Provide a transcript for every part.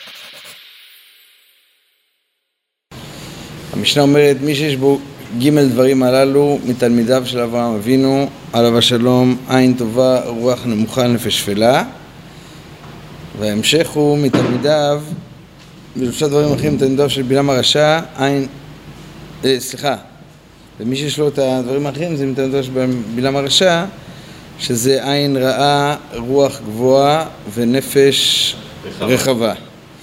המשנה אומרת, מי שיש בו ג' דברים הללו מתלמידיו של אברהם אבינו, עליו השלום, עין טובה, רוח נמוכה, נפש שפלה. וההמשך הוא מתלמידיו, בשלושה דברים אחרים, מתלמידיו של בלעם הרשע, ומי שיש לו את הדברים האחרים זה מתלמידיו של בלעם הרשע, שזה עין רעה, רוח גבוהה ונפש רחבה.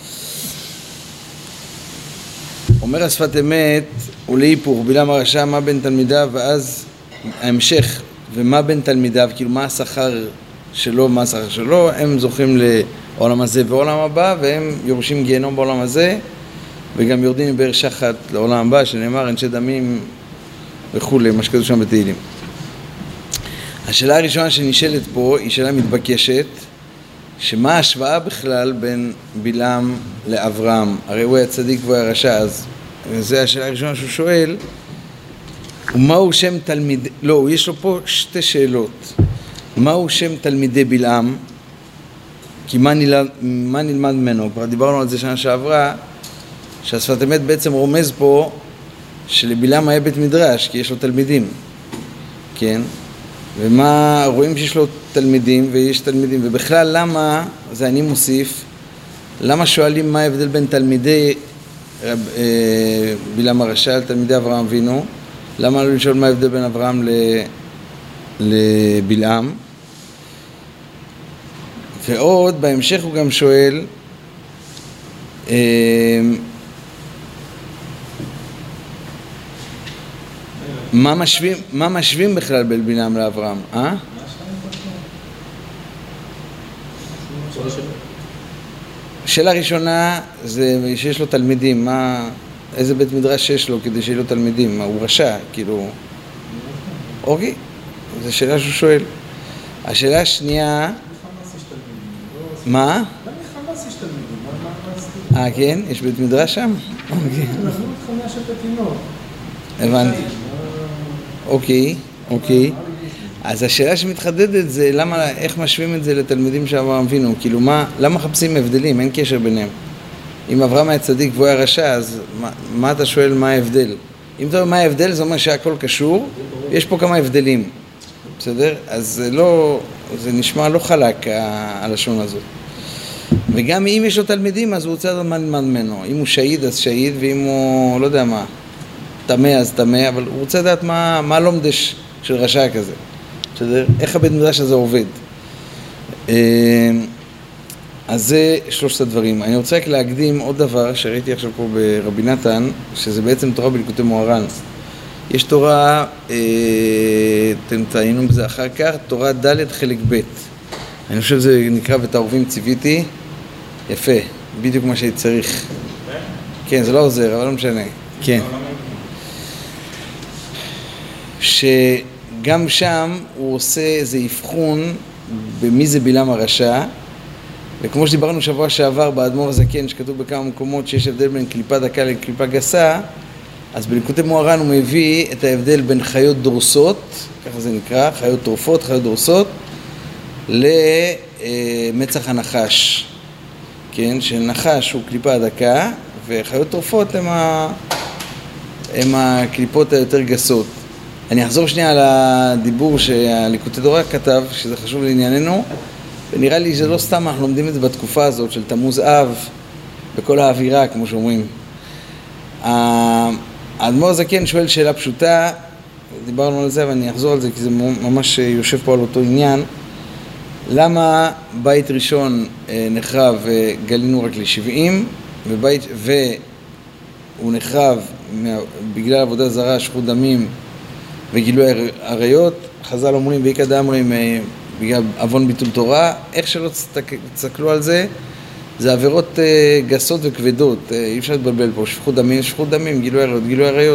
אומר השפת אמת ולהיפוך, בלעם הרשע מה בין תלמידיו, ואז ההמשך ומה בין תלמידיו, כאילו מה השכר שלו, מה השכר שלו, הם זוכים לעולם הזה ועולם הבא, והם יורשים גיהנום בעולם הזה, וגם יורדים מבאר שחת לעולם הבא, שנאמר אנשי דמים וכו', מה שכתוב שם בתהילים. השאלה הראשונה שנשאלת פה היא שאלה מתבקשת, שמה ההשוואה בכלל בין בלעם לאברהם? הרי הוא היה צדיק והוא היה רשע, אז זו השאלה הראשונה שהוא שואל, ומהו שם תלמיד, לא, יש לו פה שתי שאלות. מהו שם תלמידי בלעם? כי מה נלמד ממנו? כבר דיברנו על זה שנה שעברה, שהשפת אמת בעצם רומז פה שלבלעם היה בית מדרש, כי יש לו תלמידים, כן? ומה רואים שיש לו תלמידים ויש תלמידים, ובכלל למה, זה אני מוסיף, למה שואלים מה ההבדל בין תלמידי בלעם הרשע לתלמידי אברהם אבינו? למה לא לשאול מה ההבדל בין אברהם לבלעם? ועוד בהמשך הוא גם שואל מה משווים בכלל בין בלעם לאברהם? שאלה ראשונה זה שיש לו תלמידים, איזה בית מדרש יש לו כדי שיהיה לו תלמידים? הוא רשע, כאילו, אוקיי, זו שאלה שהוא שואל. השאלה השנייה, מה? כן? יש בית מדרש שם? הבנתי. אוקיי. אז השאלה שמתחדדת זה למה, איך משווים את זה לתלמידים של אברהם אבינו? כאילו למה מחפשים הבדלים? אין קשר ביניהם. אם אברהם היה צדיק והוא היה רשע, אז מה אתה שואל מה ההבדל? אם אתה אומר מה ההבדל, זה אומר שהכל קשור, יש פה כמה הבדלים. בסדר? אז זה נשמע לא חלק הלשון הזאת. וגם אם יש לו תלמידים, אז הוא רוצה לדעת מה נלמד ממנו. אם הוא שהיד, אז שהיד, ואם הוא לא יודע מה, תמה, אז תמה, אבל הוא רוצה לדעת מה לומדש של רשע כזה. בסדר? איך הבית מדרש הזה עובד? אז זה שלושת הדברים. אני רוצה רק להקדים עוד דבר שראיתי עכשיו פה ברבי נתן, שזה בעצם תורה בליקוטי מוהר"ן. יש תורה, אתם תעיינו בזה אחר כך, תורה ד' חלק ב'. אני חושב שזה נקרא ותערובים ציוויתי. יפה, בדיוק מה שהיא צריך. כן, זה לא עוזר, אבל לא משנה. כן. שגם שם הוא עושה איזה אבחון במי זה בלעם הרשע, וכמו שדיברנו שבוע שעבר באדמו"ר הזקן, שכתוב בכמה מקומות שיש הבדל בין קליפה דקה לקליפה גסה, אז בליקוטי מוהר"ן הוא מביא את ההבדל בין חיות דורסות, ככה זה נקרא, חיות טורפות, חיות דורסות, למצח הנחש, כן? שנחש הוא קליפה דקה, וחיות טורפות הם הקליפות היותר גסות. אני אחזור שנייה על הדיבור שהליקוטי תורה כתב, שזה חשוב לענייננו, ונראה לי שזה לא סתם, אנחנו לומדים את זה בתקופה הזאת של תמוז אב, בכל האווירה, כמו שאומרים. האדמו"ר הזקן שואל שאלה פשוטה, דיברנו על זה ואני אחזור על זה כי זה ממש יושב פה על אותו עניין. למה בית ראשון נחרב וגלינו רק ל-70, והוא נחרב בגלל עבודה זרה, שפיכות דמים וגילוי עריות? חז"ל אומרים ואיכא דאמרים בגלל עוון ביטול תורה. איך שלא תסתכלו על זה, זה עבירות גסות וכבדות, אי אפשר להתבלבל פה, שפיכות דמים, גילוי עריות.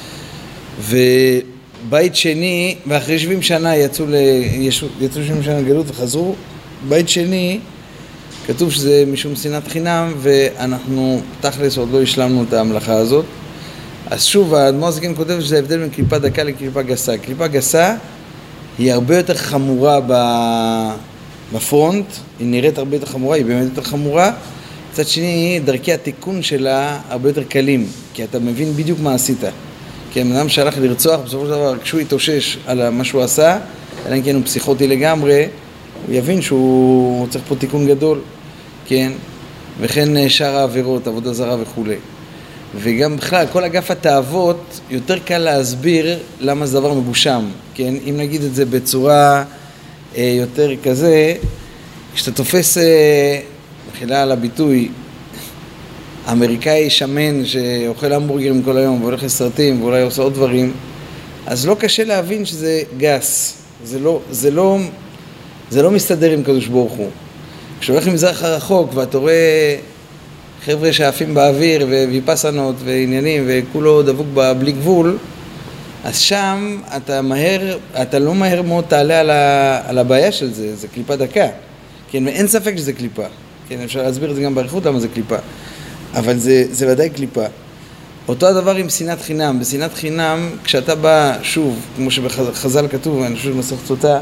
ובית שני, ואחרי 70 שנה יצאו 70 שנה גלות וחזרו, בית שני כתוב שזה משום שנאת חינם, ואנחנו תכלס עוד לא השלמנו את המלאכה הזאת. אז שוב, האדמו"ר הזקן כותב שזה ההבדל בין קליפה דקה לקליפה גסה. קליפה גסה היא הרבה יותר חמורה בפרונט, היא נראית הרבה יותר חמורה, היא באמת יותר חמורה, מצד שני, דרכי התיקון שלה הרבה יותר קלים, כי אתה מבין בדיוק מה עשית. כי אדם שהלך לרצוח, בסופו של דבר, כשהוא יתאושש על מה שהוא עשה, אלא אם כן הוא פסיכוטי לגמרי, הוא יבין שהוא צריך פה תיקון גדול, כן? וכן שאר העבירות, עבודה זרה וכו'. וגם בכלל, כל אגף התאוות, יותר קל להסביר למה זה דבר מגושם, כן? אם נגיד את זה בצורה יותר כזה, כשאתה תופס, מחילה על הביטוי, אמריקאי שמן שאוכל המבורגרים כל היום והולך לסרטים ואולי עושה עוד דברים, אז לא קשה להבין שזה גס. זה לא מסתדר עם קדוש ברוך הוא. כשהולך למזרח הרחוק ואתה רואה חבר'ה שעפים באוויר וויפסנות ועניינים וכולו דבוק בלי גבול, אז שם אתה לא מהר מאוד תעלה על הבעיה של זה, זה קליפה דקה. כן, ואין ספק שזה קליפה. כן, אפשר להסביר את זה גם בעריכות למה זה קליפה. אבל זה ודאי קליפה. אותו הדבר עם שנאת חינם. בשנאת חינם, כשאתה בא, שוב, כמו שבחז"ל כתוב, אני חושב במסכת סוטה,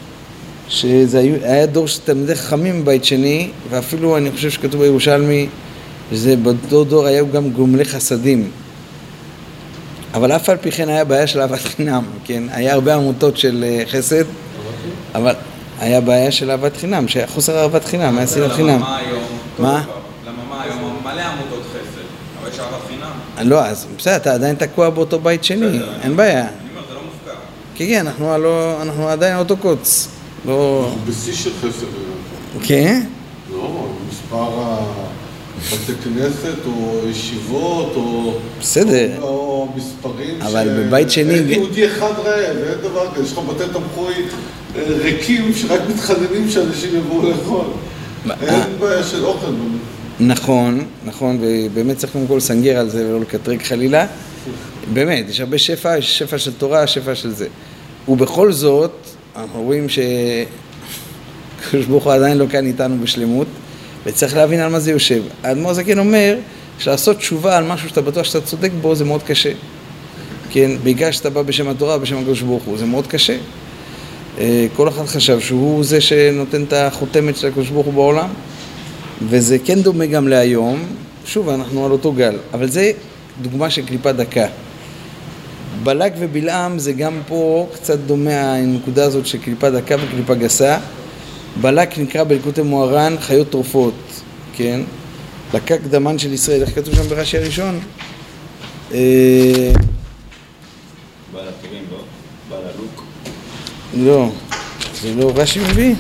שזה היה דור של תלמידי חכמים בית שני, ואפילו אני חושב שכתוב בירושלמי, שזה באותו דור היו גם גומלי חסדים. אבל אף על פי כן היה בעיה של אהבת חינם, כן? היה הרבה עמותות של חסד, אבל היה בעיה של אהבת חינם, שהיה חוסר אהבת חינם, היה שנאת חינם. למה היום? מה? למה מה היום? מלא עמותות חסד, אבל יש אהבת חינם. לא, אז בסדר, אתה עדיין תקוע באותו בית שני, אין בעיה. אני אומר, זה לא מופקע. כן, אנחנו עדיין אותו קוץ. אנחנו בשיא של חסד. כן? לא, מספר בתי כנסת או ישיבות או... בסדר. או מספרים אבל בבית שני... אין יהודי אחד רעב, אין דבר כזה, יש לך בתי תמחוי ריקים שרק מתחננים שאנשים יבואו לאכול. אין בעיה של אוכל. נכון, ובאמת צריך קודם כל לסנגר על זה ולא לקטרג חלילה. באמת, יש הרבה שפע, יש שפע של תורה, שפע של זה. ובכל זאת, אנחנו רואים שקדוש ברוך הוא עדיין לא כאן איתנו בשלמות, וצריך להבין על מה זה יושב. האדמו"ר זקן אומר שלעשות תשובה על משהו שאתה בטוח שאתה צודק בו זה מאוד קשה. כן, בעיקר שאתה בא בשם התורה, בשם הקדוש ברוך הוא, זה מאוד קשה. כל אחד חשב שהוא זה שנותן את החותמת של הקדוש ברוך הוא בעולם, וזה כן דומה גם להיום. שוב, אנחנו על אותו גל, אבל זה דוגמה של קליפה דקה. בלק ובלעם זה גם פה קצת דומה הנקודה הזאת של קליפה דקה וקליפה גסה. בלק נקרא בליקוטי מוהר"ן חיות טורפות, כן? לקק דמן של ישראל, איך כתוב שם ברש"י הראשון? בעל הטורים, לא? בעל הלוק? לא, זה לא רש"י מביא?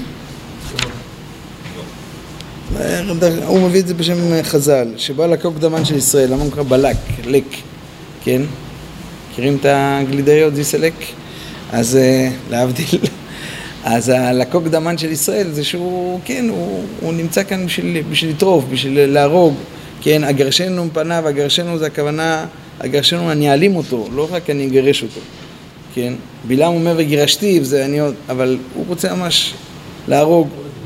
הוא מביא את זה בשם חז"ל, שבא לקק דמן של ישראל, למה הוא נקרא בלק, לק, כן? מכירים את הגלידריות זיסלק? אז להבדיל, אז הלקוק דמן של ישראל זה שהוא, כן, הוא נמצא כאן בשביל לטרוף, בשביל להרוג, כן, אגרשנו מפניו, אגרשנו זה הכוונה, אגרשנו אני אעלים אותו, לא רק אני אגרש אותו, כן? בלעם אומר וגירשתי, וזה אני עוד, אבל הוא רוצה ממש להרוג,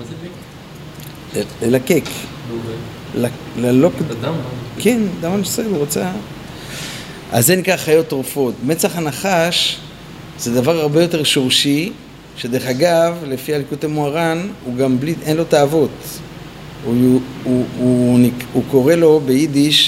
ללקק, ללוק, כן, דמן של ישראל הוא רוצה, אז זה נקרא חיות טורפות. מצח הנחש זה דבר הרבה יותר שורשי, שדרך אגב, לפי הליקוטי מוהר"ן, הוא גם בלי, אין לו תאוות. הוא קורא לו ביידיש,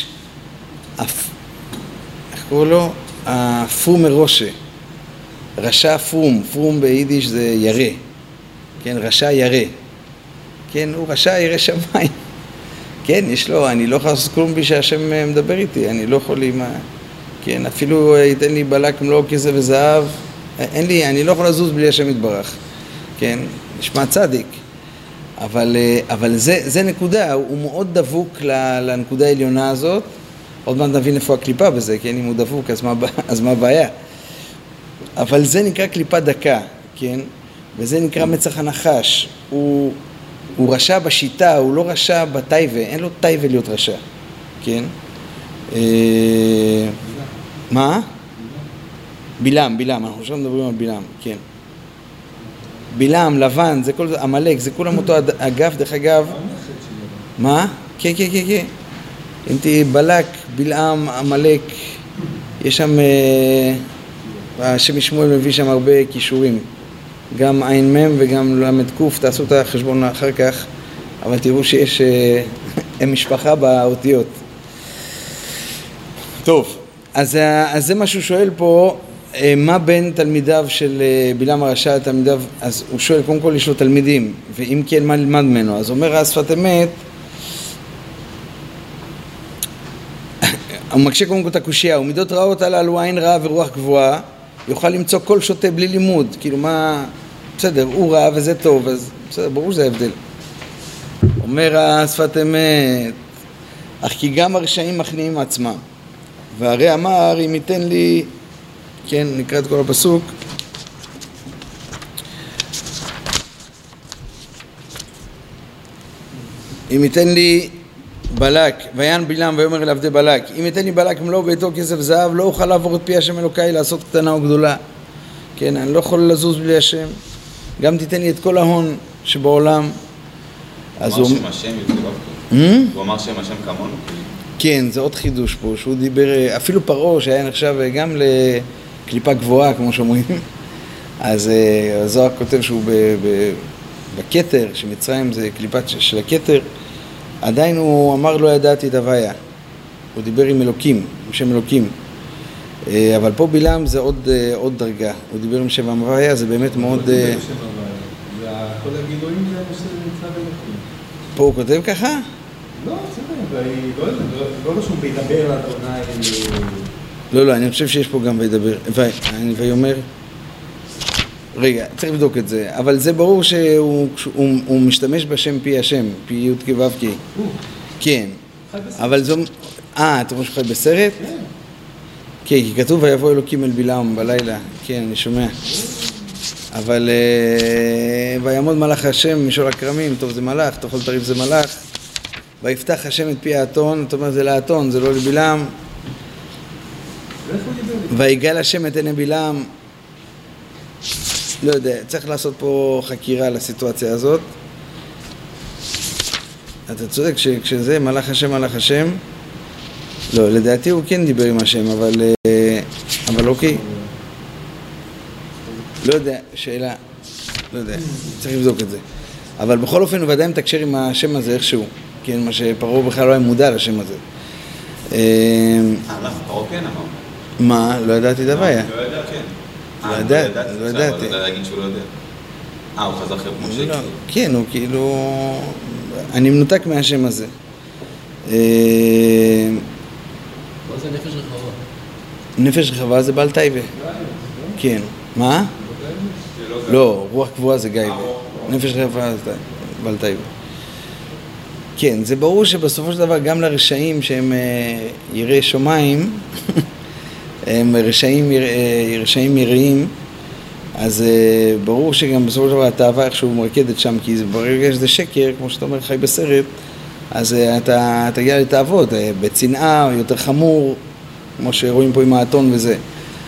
איך קורא לו? הפרום מרושה. רשע פרום, פרום ביידיש זה ירא. כן, רשע ירא. כן, הוא רשע ירא שמיים. כן, יש לו, אני לא יכול לעשות כלום בלי שהשם מדבר איתי, אני לא יכול עם... כן, אפילו ייתן לי בלק מלוא כסף וזהב, אין לי, אני לא יכול לזוז בלי השם יתברך, כן, נשמע צדיק, אבל זה נקודה, הוא מאוד דבוק לנקודה העליונה הזאת, עוד מעט נבין איפה הקליפה בזה, כן, אם הוא דבוק, אז מה הבעיה? אבל זה נקרא קליפה דקה, כן, וזה נקרא מצח הנחש, הוא רשע בשיטה, הוא לא רשע בטייבה, אין לו טייבה להיות רשע, כן, מה? בלעם, אנחנו עכשיו מדברים על בלעם, כן. בלעם, לבן, זה כל זה, עמלק, זה כולם אותו אגף, דרך אגב. מה? כן. אם תהיה בלק, בלעם, עמלק, יש שם, השם שמואל מביא שם הרבה קישורים. גם עין מם וגם למד קוף, תעשו את החשבון אחר כך, אבל תראו שיש הם משפחה באותיות. טוב, אז זה מה שהוא שואל פה, מה בין תלמידיו של בלעם הרשע לתלמידיו, אז הוא שואל, קודם כל יש לו תלמידים, ואם כן מה ללמד ממנו? אז אומר השפת אמת, הוא מקשה קודם כל את הקושייה, ומידות רעות הללו עין רעה ורוח גבוהה, יוכל למצוא כל שוטה בלי לימוד, כאילו מה, בסדר, הוא רע וזה טוב, אז בסדר, ברור שזה ההבדל. אומר השפת אמת, אך כי גם הרשעים מכניעים עצמם, והרי אמר, אם ייתן לי, כן, נקרא את כל הפסוק, אם ייתן לי בלק, ויען בלעם ויאמר אל עבדי בלק, אם ייתן לי בלק מלוא ביתו כסף זהב, לא אוכל לעבור את פי השם אלוקיי לעשות קטנה או גדולה. כן, אני לא יכול לזוז בלי השם. גם תיתן לי את כל ההון שבעולם. הוא אמר שם השם יוצא הוא אמר שם השם כמונו. כן, זה עוד חידוש פה, שהוא דיבר, אפילו פרעה שהיה נחשב גם לקליפה גבוהה, כמו שאומרים. אז הזוהר כותב שהוא בכתר, שמצרים זה קליפת של הכתר, עדיין הוא אמר לא ידעתי את הוויה, הוא דיבר עם אלוקים, עם שם אלוקים, אבל פה בלעם זה עוד דרגה, הוא דיבר עם שם הוויה, זה באמת מאוד... כל הגילויים זה מה שנמצא באלוקים. פה הוא כותב ככה? לא, לא רשום וידבר לאדוני. לא, אני חושב שיש פה גם וידבר, ויאמר... רגע, צריך לבדוק את זה, אבל זה ברור שהוא משתמש בשם פי השם, פי י' כו' כ'. כן, אבל זו... אתה אומר שחי בסרט? כן. כן, כי כתוב ויבוא אלוקים אל בלעם בלילה, כן, אני שומע. אבל ויעמוד מלאך השם משול הכרמים, טוב זה מלאך, תאכל תריב זה מלאך. ויפתח השם את פי האתון, זאת אומרת זה לאתון, זה לא לבלעם. ויגאל השם את עיני בלעם. לא יודע, צריך לעשות פה חקירה לסיטואציה הזאת. אתה צודק כשזה מלאך השם, לא, לדעתי הוא כן דיבר עם השם, אבל אוקיי. לא יודע, שאלה, לא יודע, צריך לבדוק את זה. אבל בכל אופן הוא ודאי מתקשר עם השם הזה איכשהו, כן, מה שפרעה בכלל לא היה מודע לשם הזה. פרעה כן אמר. מה? לא ידעתי דבר היה. לא ידע, כן. לא ידעתי. אבל להגיד שהוא לא יודע. הוא חזר אחרי משה. כן, הוא כאילו... אני מנותק מהשם הזה. מה זה נפש רחבה? נפש רחבה זה בעל טייבה. כן. מה? לא, רוח קבועה זה גייבה. נפש רחבה זה בעל טייבה. כן, זה ברור שבסופו של דבר גם לרשעים שהם יראי שמיים, הם רשעים יראים, אז ברור שגם בסופו של דבר התאווה איכשהו מרקדת שם, כי ברגע שזה שקר, כמו שאתה אומר, חי בסרט, אז אתה תגיע לתאוות, בצנעה, יותר חמור, כמו שרואים פה עם האתון וזה.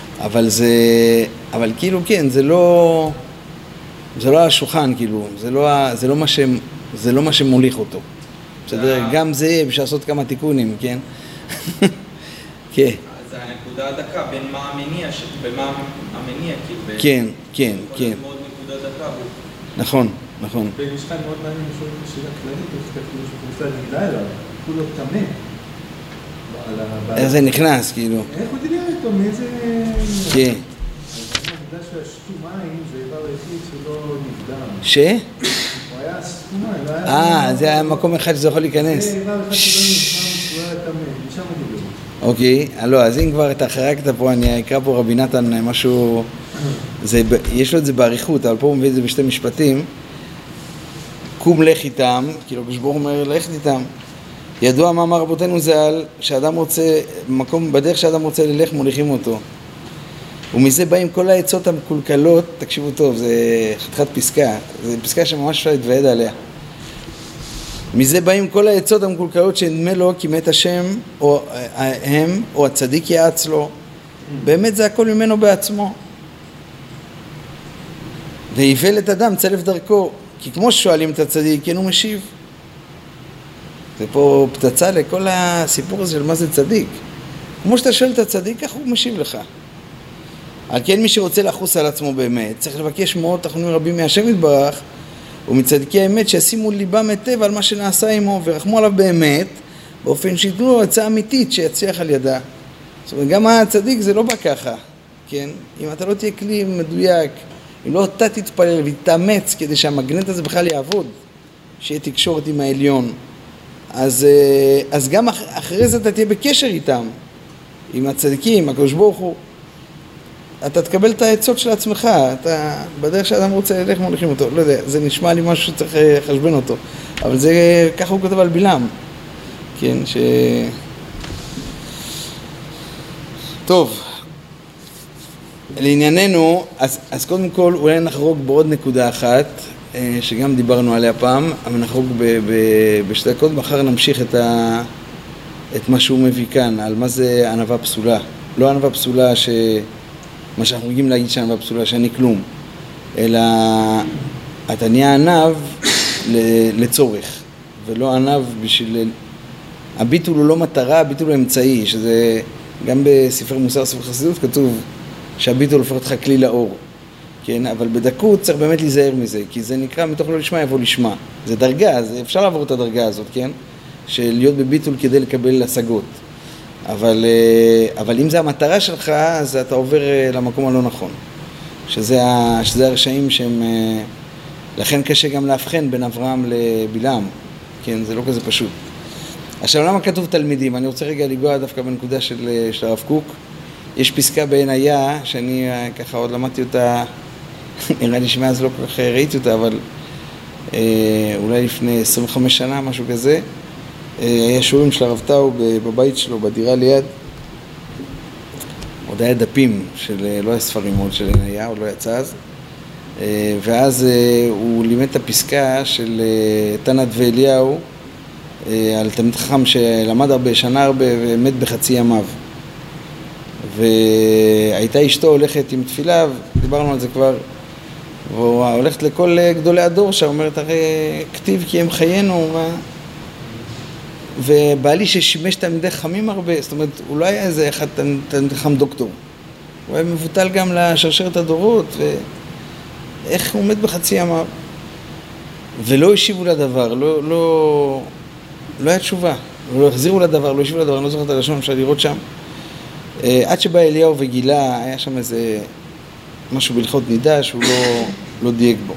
אבל כאילו כן, זה לא השולחן, כאילו, זה לא מה שמוליך אותו. בסדר, גם זה אפשר לעשות כמה תיקונים, כן? כן. זה הנקודה הדקה בין מה המניע, במה המניע, כאילו... כן. מאוד נקודה דקה. נכון. במשחק מאוד מעניין לשאול את השאלה כללית, איך שהוא נכנס נגדה אליו, הוא לא תמה. איך זה נכנס, כאילו? איך הוא דיבר איתו, מאיזה... כן. העובדה שהשתו מים זה איבר היחיד שלא נקדם. ש? הוא היה סתומה, זה היה מקום אחד שזה יכול להיכנס. זה איבר אחד שלא נקדם, הוא היה תמה, משם הוא דיבר. אוקיי, לא, אז אם כבר אתה חרקת פה, אני אקרא פה רבי נתן משהו, יש לו את זה בעריכות, אבל פה הוא מביא את זה בשתי משפטים, קום לך איתם, כאילו כשבור אומר לך איתם, ידוע מה אמר רבותינו ז"ל, שאדם רוצה, בדרך שאדם רוצה ללך מוליכים אותו, ומזה באים כל העצות המקולקלות, תקשיבו טוב, זה חתיכת פסקה, זה פסקה שממש אפשר להתוועד עליה. מזה באים כל העצות המקולקלות שנדמה לו כי מת השם או הם או הצדיק יעץ לו. באמת זה הכל ממנו בעצמו. ויבל את אדם צלף דרכו, כי כמו ששואלים את הצדיק, כן הוא משיב. זה פה פצצה לכל הסיפור הזה של מה זה צדיק. כמו שאתה שואל את הצדיק, איך הוא משיב לך? על כן מי שרוצה לחוס על עצמו באמת, צריך לבקש מאוד תחנונים רבים מהשם יתברך, ומצדיקי האמת שישימו ליבם היטב על מה שנעשה עמו ורחמו עליו באמת, באופן שיתנו לו הצעה אמיתית שיצליח על ידה. זאת אומרת, גם הצדיק זה לא בא ככה, כן? אם אתה לא תהיה כלי מדויק, אם לא אתה תתפלל ותתאמץ כדי שהמגנט הזה בכלל יעבוד, שיהיה תקשורת עם העליון, אז גם אחרי זה אתה תהיה בקשר איתם, עם הצדיקים, הקדוש ברוך הוא. אתה תקבל את העצות של עצמך, אתה בדרך שאדם רוצה ללך מוליכים אותו, לא יודע, זה נשמע לי משהו שצריך לחשבן אותו, אבל זה ככה הוא כותב על בלעם, כן, טוב, לענייננו, אז קודם כל אולי נחרוג בעוד נקודה אחת, שגם דיברנו עליה פעם, אבל נחרוג בשתי דקות, מחר נמשיך את מה שהוא מביא כאן, על מה זה ענווה פסולה. לא ענווה פסולה מה שאנחנו מגיעים להגיד שענווה פסולה, שאני כלום, אלא אתה נהיה ענב לצורך, ולא ענב בשביל... הביטול הוא לא מטרה, הביטול הוא אמצעי, שזה גם בספר מוסר, ספר חסידות, כתוב שהביטול הופך אותך כלי לאור, כן? אבל בדקות צריך באמת להיזהר מזה, כי זה נקרא מתוך לא לשמה יבוא לשמה. זה דרגה, אפשר לעבור את הדרגה הזאת, כן? של להיות בביטול כדי לקבל השגות. אבל אם זה המטרה שלך, אז אתה עובר למקום הלא נכון. שזה הרשעים שהם... לכן קשה גם להבחן בין אברהם לבלעם, כן? זה לא כזה פשוט. עכשיו, למה כתוב תלמידים? אני רוצה רגע לגוע דווקא בנקודה של הרב קוק. יש פסקה בעיניה, שאני ככה עוד למדתי אותה, נראה לי שמאז לא כל כך ראיתי אותה, אבל אולי לפני 25 שנה, משהו כזה, היה שיעורים של הרב טאו בבית שלו, בדירה ליד, עוד היה דפים לא היה ספרים עוד של עיניה, עוד לא יצא אז, ואז הוא לימד את הפסקה של תנת ואליהו, על תלמיד חכם שלמד הרבה, שנה הרבה ומת בחצי ימיו. והייתה אשתו הולכת עם תפילה, דיברנו על זה כבר, והוא הולכת לכל גדולי הדור שאומרת, הרי כתיב כי הם חיינו, ובעלי ששימש תלמידי חכמים הרבה, זאת אומרת, הוא לא היה איזה אחד תלמיד חכם דוקטור, הוא היה מבוטל גם לשרשרת הדורות, ואיך הוא מת בחצי ימיו, ולא השיבו לדבר, לא היה תשובה, לא החזירו לדבר, לא השיבו לדבר, אני לא זוכר את הלשון, אפשר לראות שם, עד שבא אליהו וגילה, היה שם איזה משהו בהלכות נידה שהוא לא דייק בו.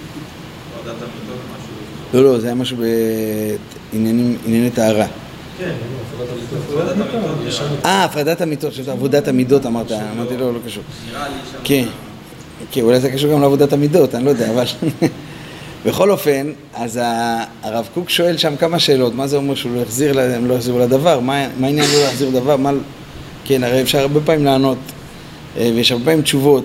לא, זה היה משהו בענייני טהרה. כן, הפרדת המידות. הפרדת המידות, עבודת המידות אמרתי לא קשור. נראה לי שם. כן, אולי זה קשור גם לעבודת המידות, אני לא יודע, אבל... בכל אופן, אז הרב קוק שואל שם כמה שאלות, מה זה אומר שהוא לא יחזירו לדבר, מה העניין לא להחזיר לדבר, כן, הרי אפשר הרבה פעמים לענות, ויש הרבה פעמים תשובות.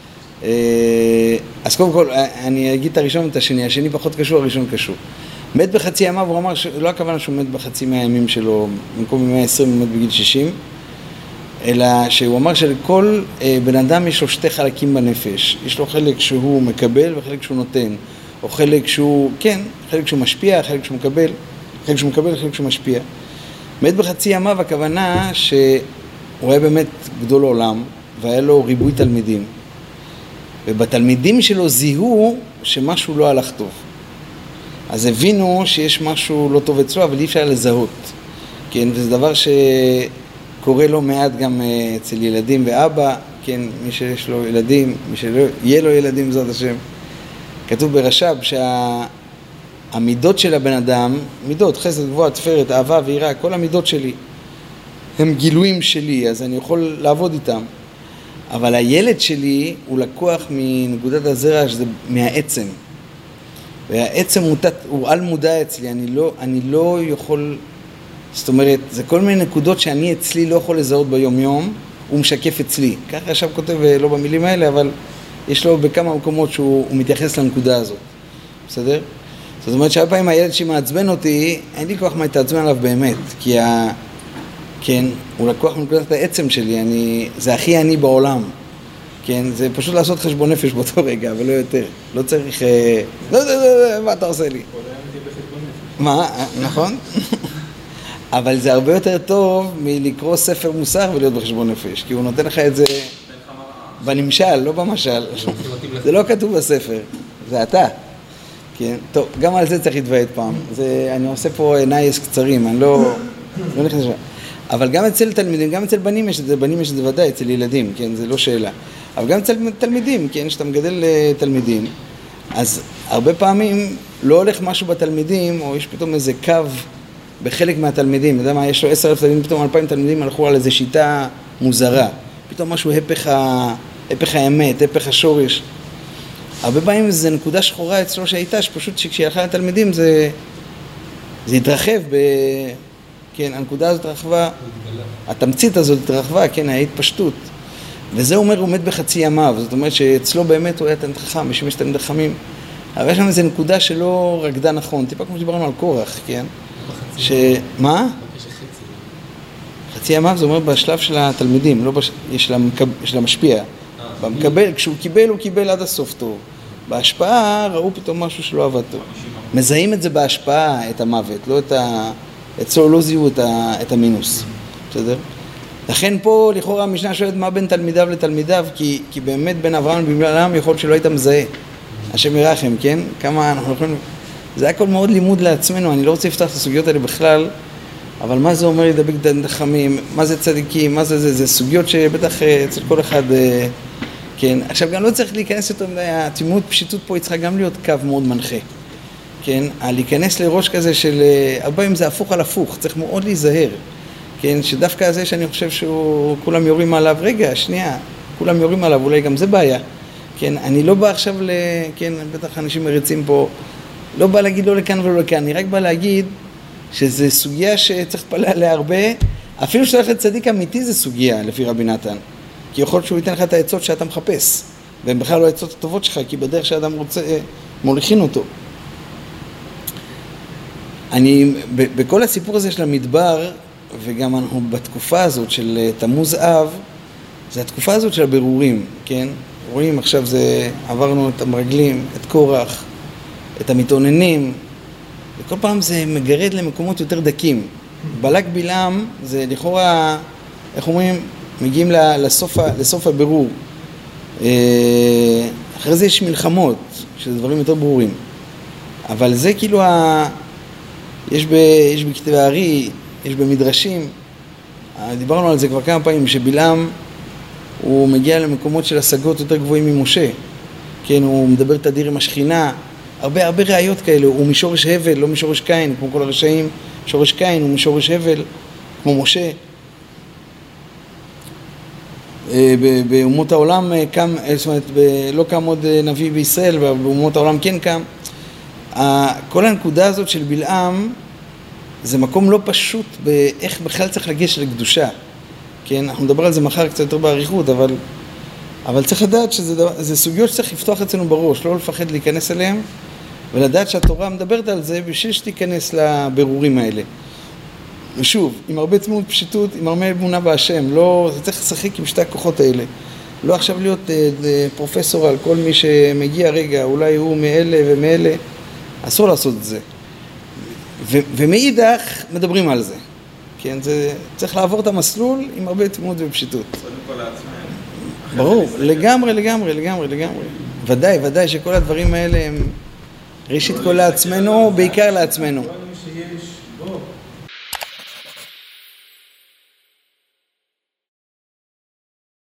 אז קודם כל, אני אגיד את הראשון ואת השני, השני פחות קשור, הראשון קשור. מת בחצי ימיו, הוא אמר שלא הכוונה שהוא מת בחצי מהימים שלו, במקום 120 הוא מת בגיל 60, אלא שהוא אמר שלכל בן אדם יש לו שתי חלקים בנפש, יש לו חלק שהוא מקבל וחלק שהוא נותן, או חלק שהוא, כן, חלק שהוא משפיע, חלק שהוא מקבל, חלק שהוא מקבל, חלק שהוא משפיע. מת בחצי ימיו, הכוונה שהוא היה באמת גדול עולם, והיה לו ריבוי תלמידים. ובתלמידים שלו זיהו שמשהו לא הלך טוב. אז הבינו שיש משהו לא טוב אצלו, אבל אי אפשר לזהות. כן, וזה דבר שקורה לא מעט גם אצל ילדים ואבא, כן, מי שיש לו ילדים, מי שיהיה לו ילדים, זאת השם. כתוב ברש"ב שהמידות של הבן אדם, מידות, חסד, גבוה, תפארת, אהבה ויראה, כל המידות שלי, הם גילויים שלי, אז אני יכול לעבוד איתם. אבל הילד שלי הוא לקוח מנקודת הזרע, שזה מהעצם. והעצם הוא על מודע אצלי, אני לא יכול, זאת אומרת, זה כל מיני נקודות שאני אצלי לא יכול לזהות ביום יום, הוא משקף אצלי. ככה עכשיו כותב, לא במילים האלה, אבל יש לו בכמה מקומות שהוא מתייחס לנקודה הזאת. בסדר? זאת אומרת שהרבה פעמים הילד שמעצבן אותי, אין לי כוח מה להתעצבן עליו באמת, כי כן, הוא לקוח מנקודת העצם שלי, זה הכי אני בעולם. כן, זה פשוט לעשות חשבון נפש באותו רגע, ולא יותר. לא צריך... לא, מה אתה עושה לי? מה? נכון? אבל זה הרבה יותר טוב מלקרוא ספר מוסר ולהיות בחשבון נפש, כי הוא נותן לך את זה בנמשל, לא במשל. זה לא כתוב בספר, זה אתה. כן, טוב, גם על זה צריך להתוועד פעם. אני עושה פה נייס קצרים, אני לא נכנס לשם. אבל גם אצל תלמידים, גם אצל בנים יש את זה, בנים יש את זה ודאי, אצל ילדים, כן, זה לא שאלה. אבל גם אצל תלמידים, כן, שאתה מגדל תלמידים, אז הרבה פעמים לא הולך משהו בתלמידים, או יש פתאום איזה קו בחלק מהתלמידים, אתה יודע מה, יש לו 10,000 תלמידים, פתאום 2,000 תלמידים הלכו על איזו שיטה מוזרה, פתאום משהו הפך האמת, הפך השורש. הרבה פעמים זה נקודה שחורה אצלו שהייתה, שפשוט כשהיא הלכה לתלמידים זה התרחב, כן, הנקודה הזאת התרחבה, התמצית הזאת התרחבה, כן, ההתפשטות. וזה אומר, הוא מת בחצי ימיו, זאת אומרת שאצלו באמת הוא היה תלמיד חכם, משמש תלמיד חכמים. אבל יש שם איזו נקודה שלא רקדה נכון, טיפה כמו שדיברנו על קורח, כן? מה? חצי ימיו זה אומר בשלב של התלמידים, לא של המשפיע. כשהוא קיבל, הוא קיבל עד הסוף טוב. בהשפעה ראו פתאום משהו שלא עבד טוב. מזהים את זה בהשפעה, את המוות, לא אצלו לא זיהו את המינוס. בסדר? לכן פה לכאורה המשנה שואלת מה בין תלמידיו לתלמידיו, כי באמת בין אברהם לבלעם יכול שלא היית מזהה. השם ירחם, כן? כמה אנחנו יכולים... זה הכל מאוד לימוד לעצמנו, אני לא רוצה לפתח את הסוגיות האלה בכלל, אבל מה זה אומר לדבק תלמידי חכמים, מה זה צדיקים, מה זה סוגיות שבטח אצל כל אחד, כן? עכשיו גם לא צריך להיכנס יותר, התמימות פשיטות פה צריכה גם להיות קו מאוד מנחה, כן? להיכנס לראש כזה של, הרבה פעמים זה הפוך על הפוך, צריך מאוד להיזהר, כן? שדווקא הזה שאני חושב שכולם יורים עליו, רגע, שנייה, כולם יורים עליו, אולי גם זה בעיה, כן? אני לא בא עכשיו כן, בטח אנשים מריצים פה, לא בא להגיד לא לכאן ולא לכאן, אני רק בא להגיד שזו סוגיה שצריך לפעול עליה הרבה, אפילו שאתה הולך לצדיק אמיתי זה סוגיה לפי רבי נתן, כי יכול להיות שהוא ייתן לך את העצות שאתה מחפש, והן בכלל לא העצות הטובות שלך, כי בדרך שאדם רוצה, מוליכין אותו. בכל הסיפור הזה של המדבר, וגם אנחנו בתקופה הזאת של תמוז אב, זה התקופה הזאת של הבירורים, כן? רואים עכשיו עברנו את המרגלים, את קורח, את המתאוננים, וכל פעם זה מגרד למקומות יותר דקים. בלק בלעם זה לכאורה, איך אומרים, מגיעים לסוף הבירור. אחרי זה יש מלחמות, שזה דברים יותר ברורים. אבל זה כאילו, יש בכתבי הארי, יש במדרשים, דיברנו על זה כבר כמה פעמים, שבלעם הוא מגיע למקומות של השגות יותר גבוהים ממשה. כן, הוא מדבר תדיר עם השכינה, הרבה ראיות כאלה, הוא משורש הבל, לא משורש קין, כמו כל הרשעים, שורש קין הוא משורש הבל, כמו משה. באומות העולם קם, זאת אומרת, לא קם עוד נביא בישראל, ובאומות העולם כן קם. כל הנקודה הזאת של בלעם, זה מקום לא פשוט באיך בכלל צריך לגשת לקדושה. כן, אנחנו נדבר על זה מחר קצת יותר בעריכות, אבל צריך לדעת שזה סוגיות שצריך לפתוח אצלנו בראש, לא לפחד להיכנס אליהם, ולדעת שהתורה מדברת על זה בשביל שתיכנס לבירורים האלה. ושוב, עם הרבה תמימות פשיטות, עם הרבה אמונה בהשם, לא, זה צריך לשחק עם שתי הכוחות האלה. לא עכשיו להיות פרופסור על כל מי שמגיע רגע, אולי הוא מאלה ומאלה, אסור לעשות את זה. ומאידך מדברים על זה. כן, זה צריך לעבור את המסלול עם הרבה תמימות ופשיטות. קודם כל לעצמם. ברור, לגמרי. ודאי שכל הדברים האלה הם ראשית כל לעצמנו, בעיקר לעצמנו.